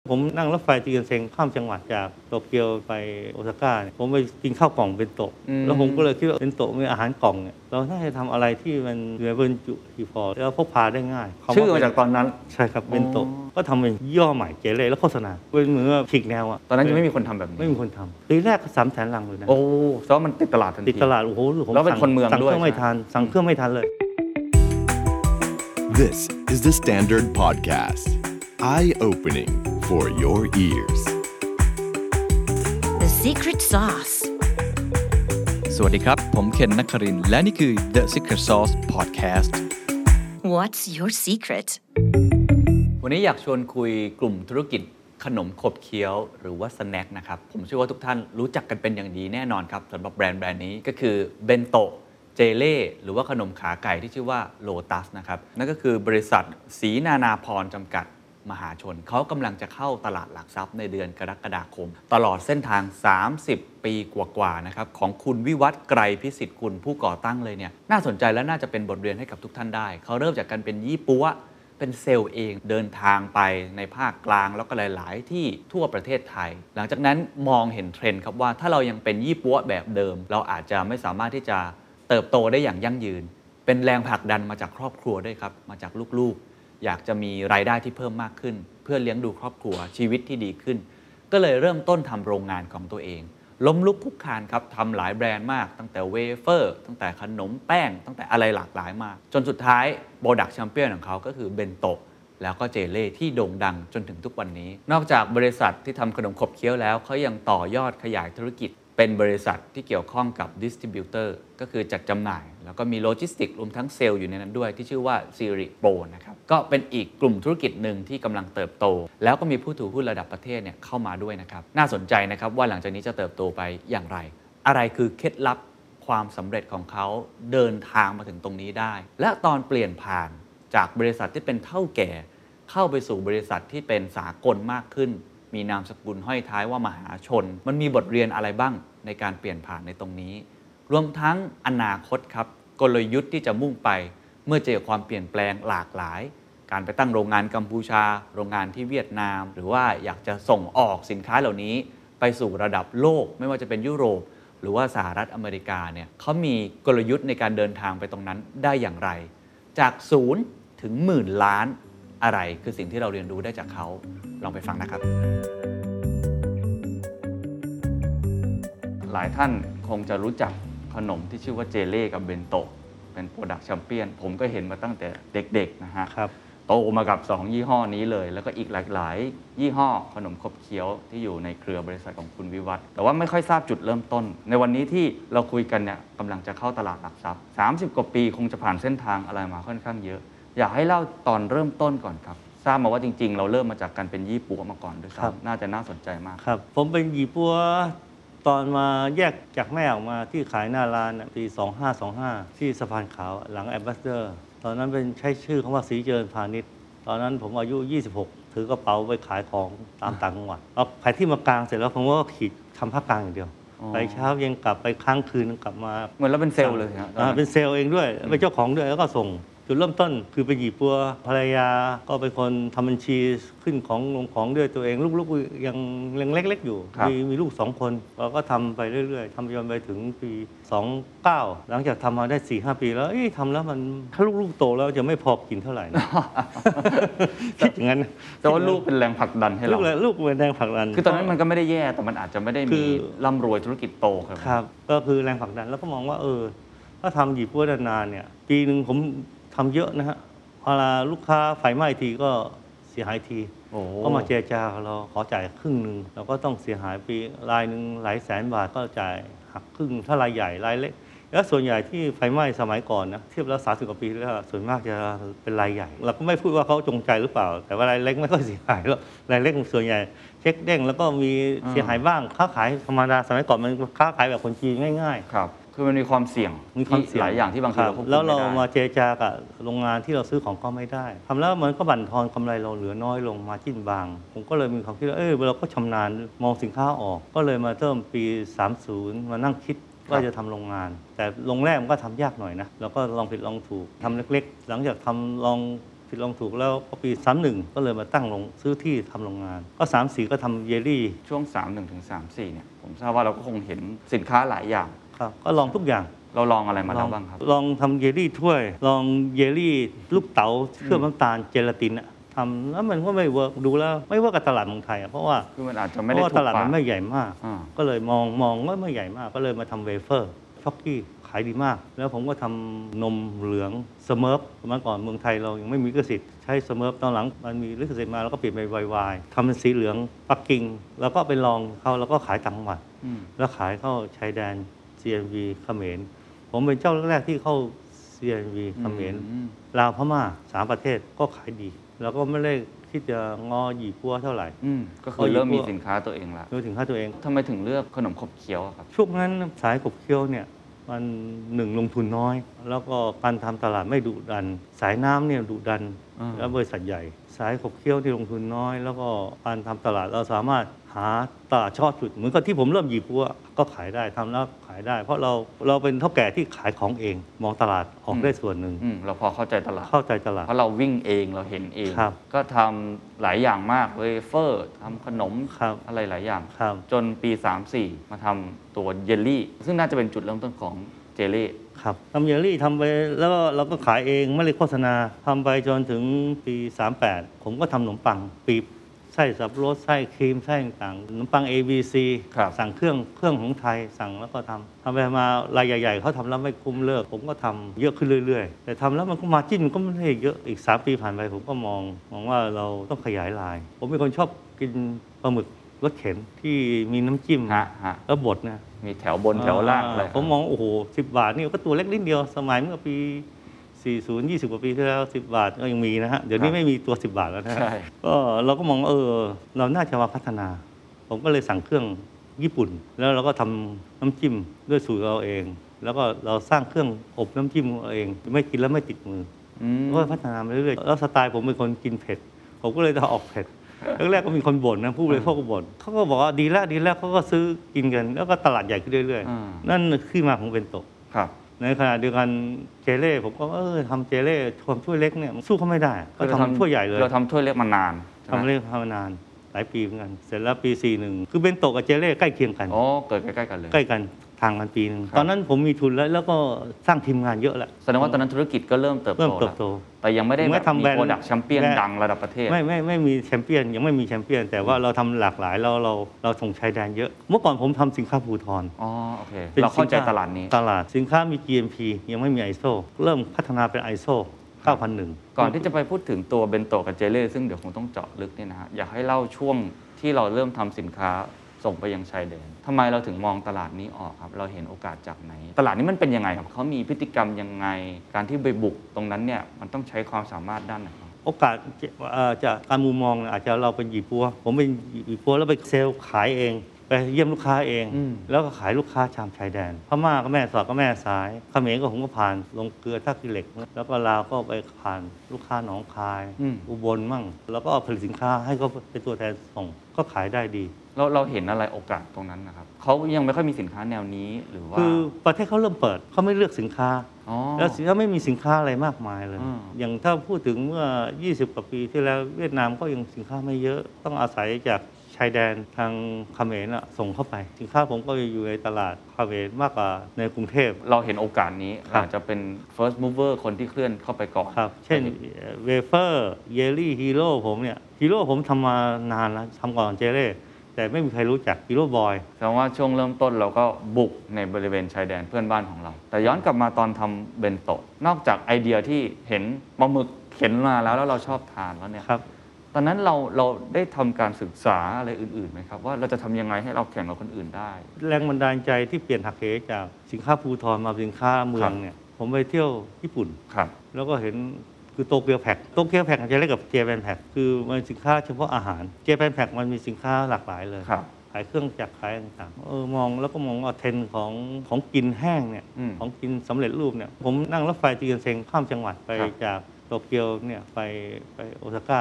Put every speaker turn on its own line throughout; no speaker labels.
ผมนั่งรถไฟชินคันเซ็นข้ามจังหวัดจากโตเกียวไปโอซาก้าเนี่ยผมไปกินข้าวกล่องเบนโตะแล้วผมก็เลยคิดว่าเบนโตะมีอาหารกล่องเนี่ยเราน่าจะทำอะไรที่มันเหลือบรรจุที่พอแล้วพกพาได้ง่าย
ชื่อมาจากตอนนั้น
ใช่ครับเบนโตะก็ทำเป็นย่อใหม่เจเล่แล้วโฆษณาเป็นเหมือนว่าฉีกแนวอ่ะ
ตอนนั้นยังไม่มีคนทำแบบนี้
ไม่มีคนทำปีแรกก็300,000 ลังเลยนะ
โอ้แสดงว่ามันติดตลาดทันที
ติดตลาดโอ้โห
แล้วเป็นคนเมืองด้วย
สั่งเครื่องไม่ทันสั่งเครื่องไม่ทันเลย
This is the Standard Podcast. Eye-opening for your ears.
The Secret Sauce
สวัสดีครับผมเคนนักครินทร์และนี่คือ The Secret Sauce Podcast
What's your secret
วันนี้อยากชวนคุยกลุ่มธุรกิจขนมขบเคี้ยวหรือว่าสแน็คนะครับผมเชื่อว่าทุกท่านรู้จักกันเป็นอย่างดีแน่นอนครับสำหรับแบรนด์นี้ก็คือเบนโตะเจเล่หรือว่าขนมขาไก่ที่ชื่อว่าโลตัสนะครับนั่นก็คือบริษัทศรีนานาพรจำกัดมหาชนเขากำลังจะเข้าตลาดหลักทรัพย์ในเดือนกรกฎาคมตลอดเส้นทาง30 ปีกว่าๆนะครับของคุณวิวัฒน์ไกรพิสิทธิ์กุลผู้ก่อตั้งเลยเนี่ยน่าสนใจและน่าจะเป็นบทเรียนให้กับทุกท่านได้เขาเริ่มจากการเป็นยี่ปั๊วเป็นเซลล์เองเดินทางไปในภาคกลางแล้วก็หลายๆที่ทั่วประเทศไทยหลังจากนั้นมองเห็นเทรนด์ครับว่าถ้าเรายังเป็นยี่ปั๊วแบบเดิมเราอาจจะไม่สามารถที่จะเติบโตได้อย่างยั่งยืนเป็นแรงผลักดันมาจากครอบครัวด้วยครับมาจากลูกๆอยากจะมีรายได้ที่เพิ่มมากขึ้นเพื่อเลี้ยงดูครอบครัวชีวิตที่ดีขึ้นก็เลยเริ่มต้นทำโรงงานของตัวเองล้มลุกคลุกคลานครับทำหลายแบรนด์มากตั้งแต่เวเฟอร์ตั้งแต่ขนมแป้งตั้งแต่อะไรหลากหลายมากจนสุดท้ายโปรดักต์แชมเปี้ยนของเขาก็คือเบนโตะแล้วก็เจเล่ที่โด่งดังจนถึงทุกวันนี้นอกจากบริษัทที่ทำขนมขบเคี้ยวแล้วเขายังต่อยอดขยายธุรกิจเป็นบริษัทที่เกี่ยวข้องกับดิสติบิวเตอร์ก็คือจัดจำหน่ายแล้วก็มีโลจิสติกรวมทั้งเซลล์อยู่ในนั้นด้วยที่ชื่อว่าซีริโปรนะครับก็เป็นอีกกลุ่มธุรกิจหนึ่งที่กำลังเติบโตแล้วก็มีผู้ถือหุ้นระดับประเทศเนี่ยเข้ามาด้วยนะครับน่าสนใจนะครับว่าหลังจากนี้จะเติบโตไปอย่างไรอะไรคือเคล็ดลับความสำเร็จของเขาเดินทางมาถึงตรงนี้ได้และตอนเปลี่ยนผ่านจากบริษัทที่เป็นเท่าแก่เข้าไปสู่บริษัทที่เป็นสากลมากขึ้นมีนามสกุลห้อยท้ายว่ามหาชนมันมีบทเรียนอะไรบ้างในการเปลี่ยนผ่านในตรงนี้รวมทั้งอนาคตครับกลยุทธ์ที่จะมุ่งไปเมื่อเจอความเปลี่ยนแปลงหลากหลายการไปตั้งโรงงานกัมพูชาโรงงานที่เวียดนามหรือว่าอยากจะส่งออกสินค้าเหล่านี้ไปสู่ระดับโลกไม่ว่าจะเป็นยุโรปหรือว่าสหรัฐอเมริกาเนี่ยเขามีกลยุทธ์ในการเดินทางไปตรงนั้นได้อย่างไรจาก0 ถึง 10,000 ล้านอะไรคือสิ่งที่เราเรียนรู้ได้จากเขาลองไปฟังนะครับหลายท่านคงจะรู้จักขนมที่ชื่อว่าเจเล่กับเบนโตะเป็นโปรดักต์แชมเปี้ยนผมก็เห็นมาตั้งแต่เด็กๆนะฮะโตมากับ2ยี่ห้อนี้เลยแล้วก็อีกหลายๆยี่ห้อขนมขบเคี้ยวที่อยู่ในเครือบริษัทของคุณวิวัฒน์แต่ว่าไม่ค่อยทราบจุดเริ่มต้นในวันนี้ที่เราคุยกันเนี่ยกำลังจะเข้าตลาดหลักทรัพย์30 กว่าปีคงจะผ่านเส้นทางอะไรมาค่อนข้างเยอะอยากให้เล่าตอนเริ่มต้นก่อนครับทราบมาว่าจริงๆเราเริ่มมาจากการเป็นยี่ปัวมาก่อนด้วยซ้ำน่าจะน่าสนใจมาก
ครับผมเป็นยี่ปัวตอนมาแยกจากแม่ออกมาที่ขายหน้าร้านปี2525ที่สะพานขาวหลังแอมบาสเดอร์ตอนนั้นเป็นใช้ชื่อคำว่าศรีเจริญพาณิชย์ตอนนั้นผมอายุ26ถือกระเป๋าไปขายของตามต่างจังหวัดเอาขายที่มากลางเสร็จแล้วผมก็ขี่ทำภาคกลางอย่างเดียวไปเช้าเย็นกลับไปค้างคืนกลับมา
เหมือนเราเป็นเซลล์เลยครับ
เป็นเซลล์เองด้วยเป็นเจ้าของด้วยแล้วก็ส่งจุดเริ่มต้นคือเป็นหยีปัวภรรยาก็เป็นคนทำบัญชีขึ้นของลงของด้วยตัวเองลูกๆยังเล็กๆอยู่มีลูก2 คนเราก็ทำไปเรื่อยๆทำจนไปถึงปี29หลังจากทำมาได้ 4-5 ปีแล้วทำแล้วมันถ้าลูกๆโตแล้วจะไม่พอกินเท่าไหร่นะคิดอย่างนั้น
แต่ว่าลูกเป็นแรงผลักดันให้เรา
ลูกเป็นแรงผลักดัน
คือตอนนั้นมันก็ไม่ได้แย่แต่มันอาจจะไม่ได้มีร่ำรวยธุรกิจโต
ครับก็คือแรงผลักดันแล้วก็มองว่าถ้าทำหยีปัวนานๆเนี่ยปีนึงผมทำเยอะนะฮะเวลาลูกค้าไฟไหม้ทีก็เสียหายทีก็มาเจรจาเราขอจ่ายครึ่งนึงเราก็ต้องเสียหายปีรายนึงหลายแสนบาทก็จ่ายหักครึ่งถ้ารายใหญ่รายเล็กแล้วส่วนใหญ่ที่ไฟไหม้สมัยก่อนนะเทียบแล้ว30 กว่าปีแล้วส่วนมากจะเป็นรายใหญ่เราก็ไม่พูดว่าเขาจงใจหรือเปล่าแต่ว่ารายเล็กไม่ค่อยเสียหายแล้วรายเล็กส่วนใหญ่เช็คเด้งแล้วก็มีเสียหายบ้างค้าขายธรรมดาสมัยก่อนมันค้าขายแบบคนจีนง่ายๆ
ครับคือมันมีความเสี่ยงหลายอย่างที่บางทีเราควบคุมไม่ได้
แล้วเรามาเจรจากับโรงงานที่เราซื้อของก็ไม่ได้ทำแล้วมันก็บั่นทอนกำไรเราเหลือน้อยลงมาจิ้นบางผมก็เลยมีความคิดว่าเราก็ชำนาญมองสินค้าออกก็เลยมาเริ่มปี30มานั่งคิดว่าจะทำโรงงานแต่โรงแรกมันก็ทำยากหน่อยนะเราก็ลองผิดลองถูกทำเล็กๆหลังจากทำลองผิดลองถูกแล้วก็ปี31ก็เลยมาตั้งลงซื้อที่ทำโรงงาน ก็34ก็ทำเยลลี่
ช่วง 31 ถึง 34 เนี่ยผมทราบว่าเราก็คงเห็นสินค้าหลายอย่าง
ครับก็ลองทุกอย่าง
เราลองอะไรมาแล้วบ้างครับ
ลองทำเยลลี่ถ้วย ลองเยลลี่ลูกเต๋าเคลือบน้ำตาลเจลาตินอะทำแล้วมันก็ไม่เวิร์กดูแล้วไม่เวิร์กกับตลาดเมืองไทยอะเพราะว่า
คือมันอาจจะ
เพ
ไม่ได้
ราะว่า
ถู
ต
ก
ลาด
ปา
มั
ก
นไม่ใหญ่มาก
อ่า
ก็เลยมองว่าไม่ใหญ่มาก ก็เลยมาทำเวเฟอร์ช็อกกี้ขายดีมาก แล้วผมก็ทำนมเหลืองสเมิร์ฟเมื่อก่อนเมืองไทยเรายังไม่มีลิขสิทธิ์ใช้สเมิร์ฟตอนหลังมันมีลิขสิทธิ์มาแล้วก็เปลี่ยนเป็นไวน์ทำเป็นสีเหลืองปักกิ่งแล้วก็ไปลองเขาแล้วก็ขายต่างจังหวัด
อืม
แล้วขายเข้าชายแดน CNV เขมรผมเป็นเจ้าแรกที่เข้า CNV เขมร
อืม
ลาวพม่า3 ประเทศก็ขายดี แล้วก็ไม่ได้คิดจะงอหยี่ปัวเท่าไหร่
ก็คือเริ่มมีสินค้าตัวเองละ
ดูถึงค่าตัวเอง
ทำไมถึงเลือกขนมขบเคี้ยวอะครับ
ช่วงนั้นสายขบเคี้ยวเนี่ยมันหนึ่งลงทุนน้อย แล้วก็การทำตลาดไม่ดุดัน สายน้ำเนี่ยดุดัน
อ่า
แล้วบริษัทใหญ่ สายขบเคี้ยวที่ลงทุนน้อย แล้วก็การทำตลาดเราสามารถหาตลาดเฉพาะจุดเหมือนกับที่ผมเริ่มหยิบปัวก็ขายได้ทำแล้วขายได้ เพราะเราเป็นเท่าแก่ที่ขายของเอง มองตลาดออกได้ส่วนหนึ่ง
เราพอเข้าใจตลาด
เข้าใจตลาด
เพราะเราวิ่งเองเราเห็นเอง
ครับ
ก็ทำหลายอย่างมากเวเฟอร์ทำขนม
ครับ
อะไรหลายอย่าง
ครับ
จนปี 34 มาทำตัวเยลลี่ ซึ่งน่าจะเป็นจุดเริ่มต้นของเจเล่
ครับทำเยลลี่ทำไปแล้วก็เราก็ขายเองไม่ได้โฆษณาทำไปจนถึงปี 38 ผมก็ทำขนมปังปีบไส้สับปะรดไส้ครีมไส้ต่างๆขนมปัง ABC
ครับ
สั่งเครื่องของไทยสั่งแล้วก็ทำไปมารายใหญ่ๆเขาทำแล้วไม่คุ้มเลิก ผมก็ทำเยอะขึ้นเรื่อยๆ แต่ทำแล้วมันก็มาจิ้นก็ไม่ได้เยอะอีก 3 ปีผ่านไปผมก็มองว่าเราต้องขยายลาย ผมเป็นคนชอบกินปลาหมึกรสเข็นที่มีน้ำจิ้ม
ฮะ
แล้วบดนะ
มีแถวบนแถวล่างอะไร
ผมมองโอ้โห10 บาทนี่ก็ตัวเล็กนิดเดียวสมัยเมื่อปี 40 20 กว่าปีที่แล้ว10 บาทก็ยังมีนะฮะเดี๋ยวนี้ไม่มีตัว 10 บาทแล้วนะฮะ
ใช่
ก็เราก็มองเราน่าจะมาพัฒนา ผมก็เลยสั่งเครื่องญี่ปุ่น แล้วเราก็ทำน้ำจิ้มด้วยสูตรเราเอง แล้วก็เราสร้างเครื่องอบน้ำจิ้มของเราเองไม่กินแล้วไม่ติดมือ ก็พัฒนาไปเรื่อยๆแล้วสไตล์ผมเป็นคนกินเผ็ดผมก็เลยจะออกเผ็ดแรกๆก็มีคนบ่นนะผู้บริโภคก็บ่นเขาก็บอกว่าดีแล้วเขาก็ซื้อกินกันแล้วก็ตลาดใหญ่ขึ้นเรื่อย
อ่า
ๆนั่นคือมาของเบนโตะ
ครับ
ในขณะเดียวกันเจเล่ผมก็ทำเจเล่ความถ้วยเล็กเนี่ยมันสู้เขาไม่ได้ก็ทำถ้วยใหญ่เลย
เราทำถ้วยเล็กมานานใช่ไหม
ทำเล่ทำมานานหลายปีเหมือนกัน เสร็จแล้วปี 41 คือเบนโตะกับเจเล่ใกล้เคียงกัน
อ๋อเกิดใกล้ๆกันเลย
ใกล้กันทางกันปีหนึง
ครับ
ตอนนั้นผมมีทุนแล้วก็สร้างทีมงานเยอะแล้ว
แสดงว่าตอนนั้นธุรกิจก็เริ่มเติบ
เริ่ม
โต
เติบโต
แล้วแต่ยังไม่ได้
ยังไม่
แบบ
ทำ
มี
แบรนด์
โปรดักต์แชมเปี้ยน
แบรนด์
ดังระดับประเทศ
ไม่มีแชมเปี้ยนยังไม่มีแชมเปี้ยน แต่ว่าเราทำหลากหลายเราส่งชายแดนเยอะ เมื่อก่อนผมทำสินค้าภูธร
อ๋อโอเค
ป็น
เราเข้าใจ
สินค้
ตลาดนี้
ตลาดสินค้ามี GMP ยังไม่มี ISO เริ่มพัฒนาเป็น ISO 9001
ก่อนที่จะไปพูดถึงตัวเบนโตะกับเจเล่ซึ่งเดี๋ยวคงต้องเจาะลึกเนี่ยนะฮะอยากให้เล่าช่วงที่เราเริ่มทำสินค้าส่งไปยังชายแดนทำไมเราถึงมองตลาดนี้ออกครับ เราเห็นโอกาสจากไหน ตลาดนี้มันเป็นยังไงครับเขามีพฤติกรรมยังไง การที่ไปบุกตรงนั้นเนี่ยมันต้องใช้ความสามารถด้านไหนบ้าง
โอกาสจากการมุมมองอาจจะเราเป็นหยิบปัว ผมเป็นหยิบปัวแล้วไปเซลล์ขายเอง ไปเยี่ยมลูกค้าเอง แล้วก็ขายลูกค้าชามชายแดนพม่าก็แม่สอดก็แม่สายเขมรก็ผมก็ผ่านลงเกลือท่าขี้เหล็ก แล้วก็ลาวก็ไปผ่านลูกค้าหนองคาย อุบลมั่ง แล้วก็เอาผลิตสินค้าให้เขาเป็นตัวแทนส่งก็ขายได้ดี
เราเห็นอะไรโอกาสตรงนั้นนะครับเขายังไม่ค่อยมีสินค้าแนวนี้หรือว่า
คือประเทศเขาเริ่มเปิดเขาไม่เลือกสินค้า
อ๋อ
แล้วสินค้าไม่มีสินค้าอะไรมากมายเลย
อืม
อย่างถ้าพูดถึงเมื่อ 20 กว่าปีที่แล้วเวียดนามก็ยังสินค้าไม่เยอะ ต้องอาศัยจากชายแดนทางเขมรส่งเข้าไป สินค้าผมก็อยู่ในตลาดเขมรมากกว่าในกรุงเทพ
เราเห็นโอกาสนี้
ครับ
อาจจะเป็น first mover คนที่เคลื่อนเข้าไปก่อน
ครับ เช่นเวเฟอร์เยลลี่ฮีโร่ผมเนี่ยฮีโร่ผมทำมานานแล้วทำก่อนเจเล่แต่ไม่มีใครรู้จักฮีโร่บอย
แสดงว่าช่วงเริ่มต้นเราก็บุกในบริเวณชายแดนเพื่อนบ้านของเรา แต่ย้อนกลับมาตอนทำเบนโตะนอกจากไอเดียที่เห็นปลาหมึกเข็นมาแล้วเราชอบทานแล้วเนี่ย
ครับ
ตอนนั้นเราได้ทำการศึกษาอะไรอื่นๆไหมครับ ว่าเราจะทำยังไงให้เราแข่งกับคนอื่นได้
แรงบันดาลใจที่เปลี่ยนหักเหจากสินค้าภูธรมาเป็นสินค้าเมืองเนี่ยผมไปเที่ยวญี่ปุ่น
ครับ
แล้วก็เห็นคือโตเกียวแพ็คโตเกียวแพ็คจะเรียกกับเจแปนแพ็คคือมันสินค้าเฉพาะอาหารเจแปนแพ็คมันมีสินค้าหลากหลายเลย
ครับ
ขายเครื่องจักรขายต่างๆมองแล้วก็มองว่าเทรนด์ของกินแห้งเนี่ย
อืม
ของกินสำเร็จรูปเนี่ยผมนั่งรถไฟจีนเซ็งข้ามจังหวัดไป
ครับ
จากโตเกียวเนี่ยไปโอซาก้าเนี่ยผ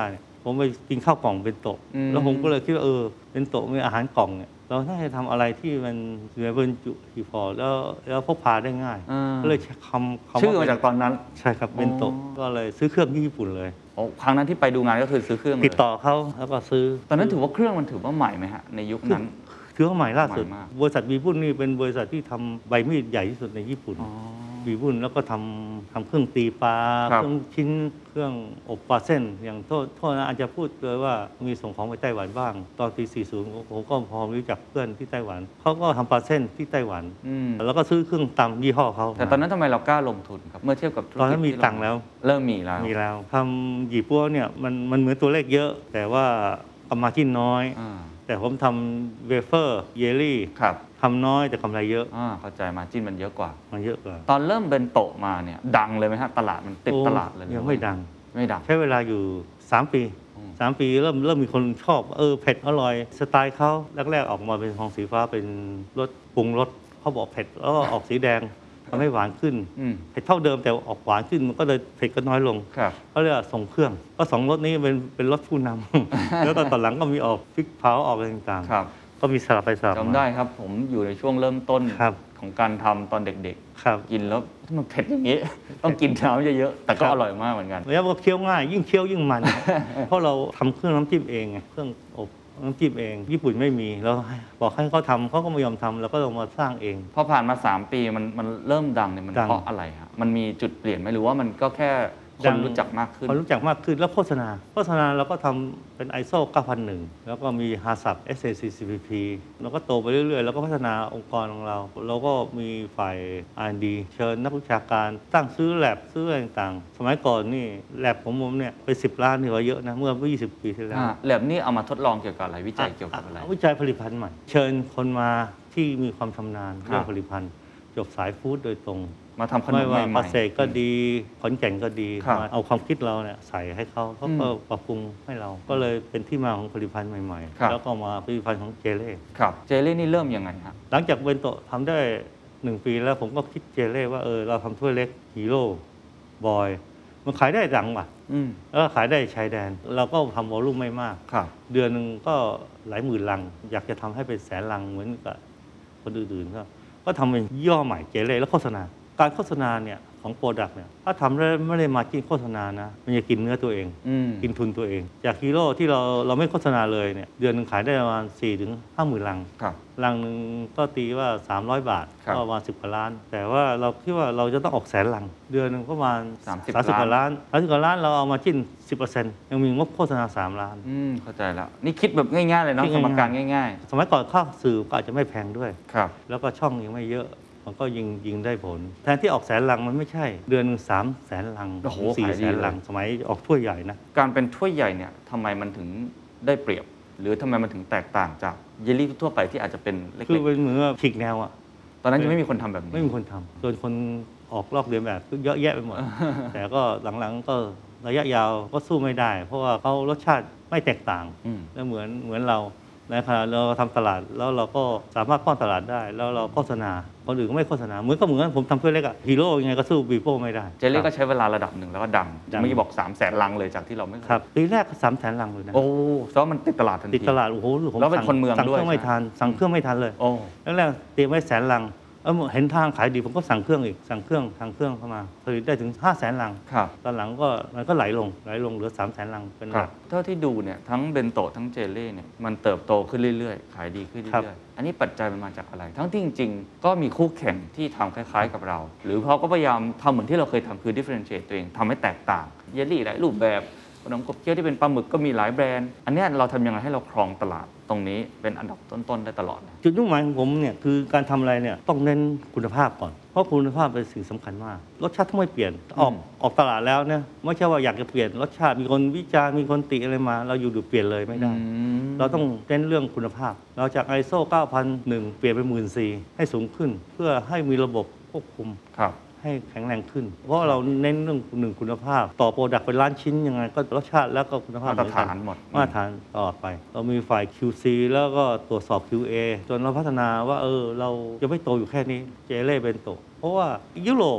ผมไปกินข้าวกล่องเบนโตะแล้วผมก็เลยคิดว่าเบนโตะมีอาหารกล่องเนี่ยเราน่าจะทำอะไรที่มันเหลือบรรจุที่พอแล้วพกพาได้ง่ายก็เลยใช้คำ
ชื่อมาจากตอนนั้น
ใช่ครับเบนโตะก็เลยซื้อเครื่องที่ญี่ปุ่นเลย
โอ้ครั้งนั้นที่ไปดูงานก็คือซื้อเครื่องเลย
ติดต่อเขาแล้วก็ซื้อ
ตอนนั้นถือว่าเครื่องมันถือว่าใหม่ไหมฮะในยุคนั้น
ถือว่าใหม่ล่าสุด
ใหม่มาก
บริษัทบีบุนนี่เป็นบริษัทที่ทำใบมีดใหญ่ที่สุดในญี่ปุ่นบีบุนแล้วก็ทำเครื่องตีปลา
ครั
เค
บ
รื่องชิ้นเครื่องอบปลาเส้น อย่างโทษนะอาจจะพูดเลยว่ามีส่งของไปไต้หวันบ้าง ตอนปี 40 ผมก็พอรู้จักเพื่อนที่ไต้หวันเขาก็ทำปลาเส้นที่ไต้หวัน แล้วก็ซื้อเครื่องตำยี่ห้อเขา
แต่ตอนนั้นทำไมเรากล้าลงทุนครับเมื่อเทียบกับธุร
ตอน
กิจ
นั้นมี
ที่เรา
ตังค์แล้ว
เริ่มมีแล้ว
มีแล้วทำหยี่ปัวเนี่ยมันเหมือนตัวเลขเยอะ แต่ว่ากำมาที่น้อย แต่ผมทำเวเฟอร์เยลลี่
ครับ
ทำน้อยแต่กำไรเยอะ
เข้าใจมาจิ้นมันเยอะกว่า
มันเยอะกว่า
ตอนเริ่มเบนโตะมาเนี่ยดังเลยไหมฮะตลาดมันติดตลาดเลยหรือ
ยังไม่ดัง
ไม่ดัง
ใช้เวลาอยู่ 3 ปี 3 ปีเริ่มมีคนชอบเผ็ดอร่อยสไตล์เขาแรกๆออกมาเป็นทองสีฟ้าเป็นรสปรุงรสเขาบอกเผ็ดแล้วก็ออกสีแดงทำให้หวานขึ้นเผ็ดเท่าเดิมแต่ออกหวานขึ้นมันก็เลยเผ็ดก็น้อยลง
ครับ
เขาเรียกว่าส่งเครื่องก็สองรสนี้เป็นรสผู้นำ แล้วก็ตอนหลังก็มีออกพริกเผาออกอะไรต่าง
ครับ
ๆก็มีสลับไปสลับ
จำ
มา
ได้ครับผมอยู่ในช่วงเริ่มต้น
ครับ
ของการทำตอนเด็ก
ครับ
ๆ กินแล้วมันเผ็ดอย่างนี้ ต้องกินน้ำเยอะๆแต่ก็
ครับ
อร่อยมากเหมือนกัน
แล้วก็เคี้ยวง่ายยิ่งเคี้ยวยิ่งมัน เพราะเราทำเครื่องน้ำจิ้มเองไงเครื่องอบน้ำจิ้มเอง ญี่ปุ่นไม่มีเราบอกให้เขาทำเขาก็ไม่ยอมทำเราก็ลงมาสร้างเอง
พอผ่านมา 3 ปีมันเริ่มดังเนี่ยมัน
ดัง
เพราะอะไรฮะมันมีจุดเปลี่ยนไหมหรือว่ามันก็แค่ค
ดั
น
ง
รู้จักมากขึ้น
คนรู้จักมากขึ้นแล้วโฆษณาเราก็ทำเป็น ISO 9001 แล้วก็มี HACCP SACCP แล้วก็โตไปเรื่อยๆ แล้วก็พัฒนาองค์กรของเราเราก็มีฝ่าย R&D เชิญนักวิชาการตั้งซื้อแลบซื้ออะไรต่างๆ สมัยก่อนนี่แลบของผมเนี่ยไป10 ล้านนี่ว่าเยอะนะเมื่อ20 ปีที่แล้ว
แลบนี่เอามาทดลองเกี่ยวกับอะไรวิจัยเกี่ยวกับอะไร
วิจัยผลิตภัณฑ์ใหม่ เชิญคนมาที่มีความชำนาญ
ครับ
เรื่องผลิตภัณฑ์จบสายฟู้ดโดยตรง
มาทำขน
ไม่
ม
ว่า
ให
เก
ม่
ษตรก็ดีขอนแก่นก็ดี
ครับ
มาเอาความคิดเราเนี่ยใส่ให้เขาก็ปรับปรุงให้เรา ก็เลยเป็นที่มาของผลิตภัณฑ์ใหม่
ครับ
ๆ แล้วก็มาผลิตภัณฑ์ของเจเล่
ๆครับเจลลี่นี่เริ่มยังไงฮะ
หลังจากเบนโตะทำได้ 1 ปีแล้วผมก็คิดเจเล่ว่าเราทำถ้วยเล็กฮีโร่บอยมันขายได้ดังว่ะ แล้วก็ขายได้ชายแดน เราก็ทำวอลลุ่มไม่มาก
ครับ
เดือนหนึ่งก็หลายหมื่นลัง อยากจะทำให้เป็นแสนลังเหมือนกับคนอื่นๆก็ทำเป็นย่อใหม่เจเล่แล้วโฆษณา การโฆษณาเนี่ยของโปรดักต์เนี่ยถ้าทำแล้วไม่ได้มากินโฆษณานะมันจะกินเนื้อตัวเอง กินทุนตัวเอง จากฮีโร่ที่เราไม่โฆษณาเลยเนี่ยเดือนหนึ่งขายได้ประมาณ 4-50,000 ลัง
ครับ
ลังหนึ่งก็ตีว่า 300 บาท
ครับ
ก็ประมาณ10 กว่าล้าน แต่ว่าเราคิดว่าเราจะต้องออกแสนลัง เดือนหนึ่งประมาณ
30
กว่าล้าน30 กว่าล้านเราเอามาจิ้น 10%ยังมีงบโฆษณา 3 ล้าน
เข้าใจแล้ว นี่คิดแบบง่ายๆเลยเนาะ
คิด
ส
ง่ายๆ
มการง่าย
สมัยก่อนค่าสื่อก็อาจจะไม่แพงด้วย
ๆ ครับ
แล้วก็ช่องยังไม่เยอะ มันก็ยิงได้ผล แทนที่ออกแสนลังมันไม่ใช่ เดือนหนึ่ง300,000 ลัง
โอ้โห
4
ขายดี
แสน
เลย
ลัง สมัยออกถ้วยใหญ่นะ
การเป็นถ้วยใหญ่เนี่ยทำไมมันถึงได้เปรียบ หรือทำไมมันถึงแตกต่างจากเยลลี่ทั่วไปที่อาจจะเป็นเล็
คือก เป็นเหมือนว่าฉีกแนวอะ
ๆ ตอนนั้นยังไม่มีคนทำแบบนี้
ไม่มีคนทำจนคนออกลอกเลียนแบบเยอะแยะไปหมด แต่ก็หลังๆก็ระยะยาวก็สู้ไม่ได้ เพราะว่าเขารสชาติไม่แตกต่าง แล้วเหมือนเราในขณะเราทำตลาดแล้วเราก็สามารถป้อนตลาดได้ แล้วเราโฆษณาคนอื่นก็ไม่โฆษณาเหมือนผมทำถ้วยเล็กอะฮีโร่ยังไงก็สู้บีโป้ไม่ได้
เจลลี่ก็ใช้เวลาระดับหนึ่งแล้วก็ดัง
ดัง
เมื่อกี้บอก300,000 ลังเลยจากที่เราไม่เคย
ครับปีแรกก็300,000 ลังเลยนะ
โอ้แสดงว่ามันติดตลาดทันที
ติดตลาดโอ้โหผม
แล้วเป็นคนเมือง
สั่ง
ด้วย
เครื่องไม่ทันสั่งเครื่องไม่ทันเลย
โอ้
แรกๆเตรียมไว้แสนลังเห็นทางขายดีผมก็สั่งเครื่องอีกสั่งเครื่องเข้ามาผลิตได้ถึง500,000 ลัง
ครับ
ตอนหลังก็มันก็ไหลลงเหลือ300,000 ลังเป็นห
ครั
ลั
บ
ก
เท่าที่ดูเนี่ยทั้งเบนโตะทั้งเจลลี่เนี่ยมันเติบโตขึ้นเรื่อยๆ ขายดีขึ้น
ครับ
เรื่อยๆ อันนี้ปัจจัยมันมาจากอะไร ทั้งที่จริงๆ ก็มีคู่แข่งที่ทำคล้ายๆกับเรา หรือเขาก็พยายามทำเหมือนที่เราเคยทำคือ differentiate ตัวเองทำให้แตกต่าง เยลลี่หลายรูปแบบขนมขบเคี้ยวที่เป็นปลาหมึกก็มีหลายแบรนด์ อันเนี้ยเราทำยังไงให้เราครองตลาดตรงนี้เป็นอันดับต้นๆได้ตลอดนะ
จุดมุ่งหมายของผมเนี่ยคือการทำอะไรเนี่ยต้องเน้นคุณภาพก่อน เพราะคุณภาพเป็นสิ่งสำคัญมาก รสชาติต้องไม่เปลี่ยนออกตลาดแล้วเนี่ยไม่ใช่ว่าอยากจะเปลี่ยนรสชาติมีคนวิจารณ์มีคนติอะไรมา เราอยู่ดูเปลี่ยนเลยไม่ได้ เราต้องเน้นเรื่องคุณภาพ เราจาก ISO 9001 เปลี่ยนไป14,000ให้สูงขึ้น เพื่อให้มีระบบควบคุม
ครับ
ให้แข็งแรงขึ้น เพราะเราเน้นเรื่องคุณภาพ ต่อโปรดักต์เป็นล้านชิ้นยังไงก็รสชาติแล้วก็คุณภาพ
มาตรฐานหมด
มาตรฐานตลอดไป เรามีฝ่าย QC แล้วก็ตรวจสอบ QA จนเราพัฒนาว่าเราจะไม่โตอยู่แค่นี้เจเล่เบนโตะเพราะว่ายุโรป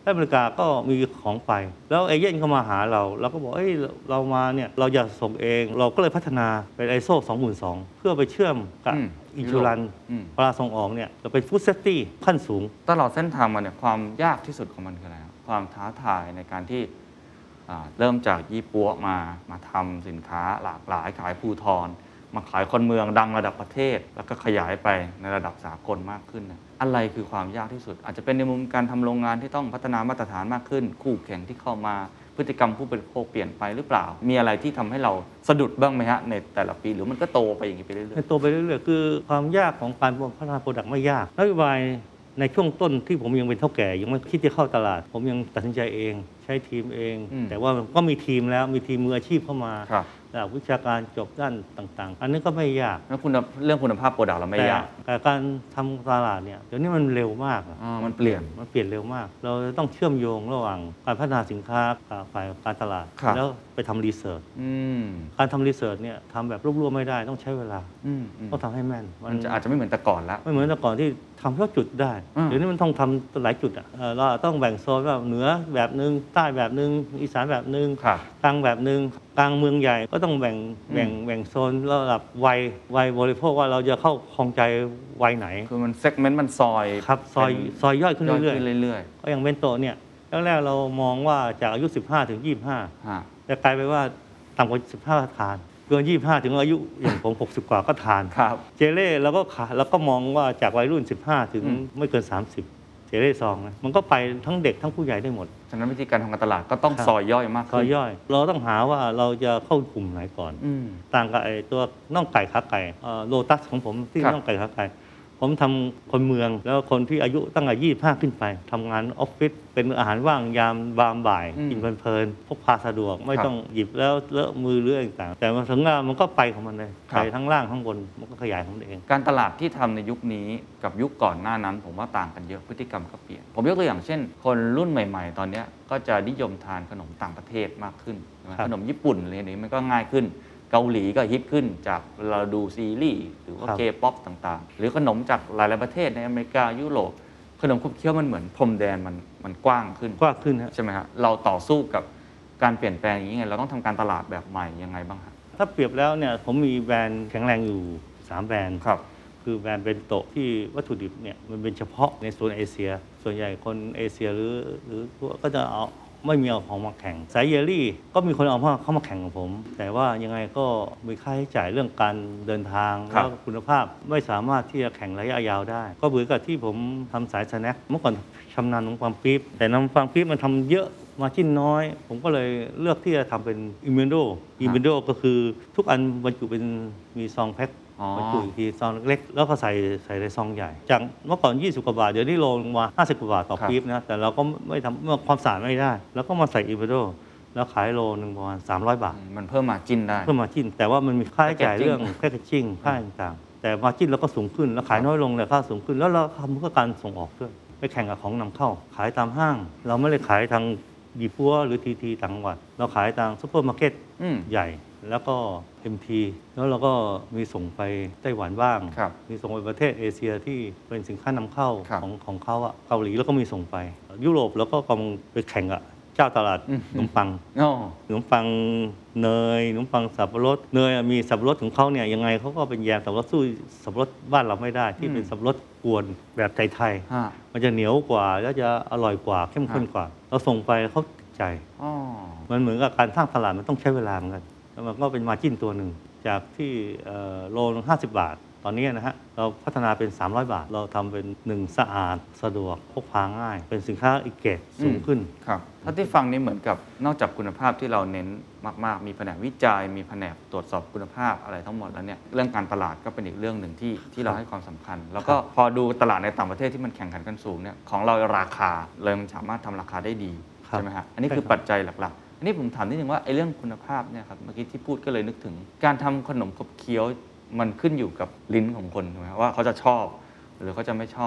อเมริกาก็มีของไปแล้วเอเย่นเข้ามาหาเราก็บอกเรามาเนี่ยเราอยากส่งเองเราก็เลยพัฒนาเป็น ISO 22000 เพื่อไปเชื่อมกับอินชูรันเวลาส่งออกเนี่ยเราเป็นฟู้ดเซฟตี้ขั้นสูง
ตลอดเส้นทางมาเนี่ยความยากที่สุดของมันคืออะไรครับความท้าทายในการที่เริ่มจากยี่ปัวมาทำสินค้าหลากหลายขายภูทรมาขายคนเมืองดังระดับประเทศแล้วก็ขยายไปในระดับสากลมากขึ้นนะอะไรคือความยากที่สุดอาจจะเป็นในมุมการทำโรงงานที่ต้องพัฒนามาตรฐานมากขึ้นคู่แข่งที่เข้ามาพฤติกรรมผู้บริโภคเปลี่ยนไปหรือเปล่ามีอะไรที่ทำให้เราสะดุดบ้างไหมฮะในแต่ละปีหรือมันก็โตไปอย่างนี้ไปเรื่อย
ๆโตไปเรื่อยๆคือความยากของการพัฒนาโปรดักต์ไม่ยากนโยบายในช่วงต้นที่ผมยังเป็นเท่าแก่ยังไม่คิดจะเข้าตลาดผมยังตัดสินใจเองใช้ทีมเองแต่ว่าก็มีทีมแล้วมีทีมมืออาชีพเข้ามาจากวิชาการจบด้านต่างๆอันนี้ก็ไม่ยาก
แล้วเรื่องคุณภาพโปรดักต์เราไม่ยาก
แต่การทำตลาดเนี่ยเดี๋ยวนี้มันเร็วมาก
มันเปลี่ยน
เร็วมากเราต้องเชื่อมโยงระหว่างการพัฒนาสินค้ากับฝ่ายการตลาดแล้วไปทำรีเสิร์ชการทำรีเสิร์ชเนี่ยทำแบบรวบๆไม่ได้ต้องใช้เวลาต้องทำให้แม่น
มันอาจจะไม่เหมือนแต่ก่อนแล้ว
ไม่เหมือนแต่ก่อนที่ทำเฉพาะจุดได้เดี๋ยวนี้มันต้องทำหลายจุดเราต้องแบ่งโซนว่าเหนือแบบนึงใต้แบบนึงอีสานแบบนึงกลางแบบนึงกลางเมืองใหญ่ก็ต้องแบ่งโซนระดับวัยบริโภคว่าเราจะเข้าครองใจวัยไหน
คือมันเซกเมนต์มันซอย
ครับซอยย่อยขึ้นเรื่อยๆก็อย่างเบนโตะเนี่ยแรกๆเรามองว่าจากอายุ15ถึง25จะกลายไปว่าต่ำกว่า15ทานเกิน25ถึงอายุอย่างผม60กว่าก็ทานเจเล่เราก็มองว่าจากวัยรุ่น15ถึงไม่เกิน30เจเล่ซองนะมันก็ไปทั้งเด็กทั้งผู้ใหญ่ได้หมด
ฉะนั้นวิธีการทำการตลาดก็ต้องซอยย่อยมากขึ้น
ซอยย่อยเราต้องหาว่าเราจะเข้ากลุ่มไหนก่อนต่างกับตัวน่องไก่ขาไก่โลตัสของผมที่น่องไก่ขาไก่ผมทำคนเมืองแล้วคนที่อายุตั้งแต่25ขึ้นไปทำงานออฟฟิศเป็นอาหารว่างยามบ่ายกินเพลินๆพกพาสะดวกไม่ต้องหยิบแล้วเลอะมือเรื่องต่างแต่มาถึงมันก็ไปของมันเลยไปทั้งล่างทั้งบนมันก็ขยายของมันเอง
การตลาดที่ทำในยุคนี้กับยุคก่อนหน้านั้นผมว่าต่างกันเยอะพฤติกรรมก็เปลี่ยนผมยกตัวอย่างเช่นคนรุ่นใหม่ๆตอนนี้ก็จะนิยมทานขนมต่างประเทศมากขึ้นขนมญี่ปุ่นอะไรนี้มันก็ง่ายขึ้นเกาหลีก็ฮิตขึ้นจากเราดูซีรีส์หรือว่าเคป๊อปต่างๆหรือขนมจากหลายๆประเทศในอเมริกายุโรปขนมขบเคี้ยวมันเหมือนพรมแดนมันกว้างขึ้นใช่ไหมครับเราต่อสู้กับการเปลี่ยนแปลงอย่างนี้ไงเราต้องทำการตลาดแบบใหม่ยังไงบ้างครับ
ถ้าเปรียบแล้วเนี่ยผมมีแบรนด์แข็งแรงอยู่3แบรนด์คือแบรนด์เบนโตะที่วัตถุดิบเนี่ยมันเป็นเฉพาะในโซนเอเชียส่วนใหญ่คนเอเชียหรือพวกก็จะเอาไม่มีเอาของมาแข่งสายเยลลี่ก็มีคนเอาเข้ามาแข่งกับผมแต่ว่ายังไงก็มีค่าใช้จ่ายเรื่องการเดินทางแล้วคุณภาพไม่สามารถที่จะแข่งระยะยาวได้ก็เหมือนกับที่ผมทำสายสแน็คเมื่อก่อนชำนาญขนมปังปี๊บแต่ขนมปังปี๊บมันทำเยอะมาจิ้นน้อยผมก็เลยเลือกที่จะทำเป็นอิมเมนโดก็คือทุกอันบรรจุเป็นมีซองแพ็คบรรจุอีกทีซองเล็กแล้วก็ใส่ในซองใหญ่จากเมื่อก่อน20กว่าบาทเดี๋ยวนี้ลงมา50กว่าบาทต่อปี๊บนะแต่เราก็ไม่ทำเมื่อความสะอาดไม่ได้แล้วก็มาใส่อิมเมนโดแล้วขายโลนึงประมาณ300 บาท
มันเพิ่มมาจิ้นได้
เพิ่มมาจิ้นแต่ว่ามันมีค่าใช้จ่ายเรื่องแพคเกจจิ้งค่าต่างๆแต่มาจิ้นเราก็สูงขึ้นแล้วขายน้อยลงเลยค่าสูงขึ้นแล้วเราทำเพื่อการส่งออกด้วยไปแข่งกับของนำเข้าขายตามห้างเราไม่ได้ขายทางยี่ปัวหรือทีต่างจังหวัดเราขายทางซุปเปอร์มาร์เก็ตใหญ่แล้วก็ MT แล้วเราก็มีส่งไปไต้หวันบ้างมีส่งไปประเทศเอเชียที่เป็นสินค้านำเข้าของเขาเกาหลีแล้วก็มีส่งไปยุโรปแล้วก็กำลังไปแข่งกับเจ้าตลาดขนมปังเนยขนมปังสับปะรดเนยมีสับปะรดของเขาเนี่ยยังไงเขาก็เป็นแยมสับปะรดสู้สับปะรดบ้านเราไม่ได้ที่เป็นสับปะรดกวนแบบไทยๆมันจะเหนียวกว่าแล้วจะอร่อยกว่าเข้มข้นกว่าเราส่งไปเขาติดใจมันเหมือนกับการสร้างตลาดมันต้องใช้เวลาเหมือนกันแล้วมันก็เป็นมาร์จิ้นตัวหนึ่งจากที่โลนึง50 บาทตอนนี้นะฮะเราพัฒนาเป็น300 บาทเราทำเป็น1สะอาดสะดวกพกพาง่ายเป็นสินค้าอีกเกรดสูงขึ้น
ครับถ้าที่ฟังนี้เหมือนกับนอกจากคุณภาพที่เราเน้นมากๆมีแผนกวิจัยมีแผนกตรวจสอบคุณภาพอะไรทั้งหมดแล้วเนี่ยเรื่องการตลาดก็เป็นอีกเรื่องหนึ่งที่เราให้ความสำคัญแล้วก็พอดูตลาดในต่างประเทศที่มันแข่งขันกันสูงเนี่ยของเราราคาเลยมันสามารถทำราคาได้ดีใช่ไหมฮะอันนี้คือปัจจัยหลักๆอันนี้ผมถามนิดนึงว่าไอ้เรื่องคุณภาพเนี่ยครับเมื่อกี้ที่พูดก็เลยนึกถึงการทำขนมขบเคี้ยวมันขึ้นอยู่กับลิ้นของคนใช่ไหมว่าเขาจะชอบหรือเขาจะไม่ชอบ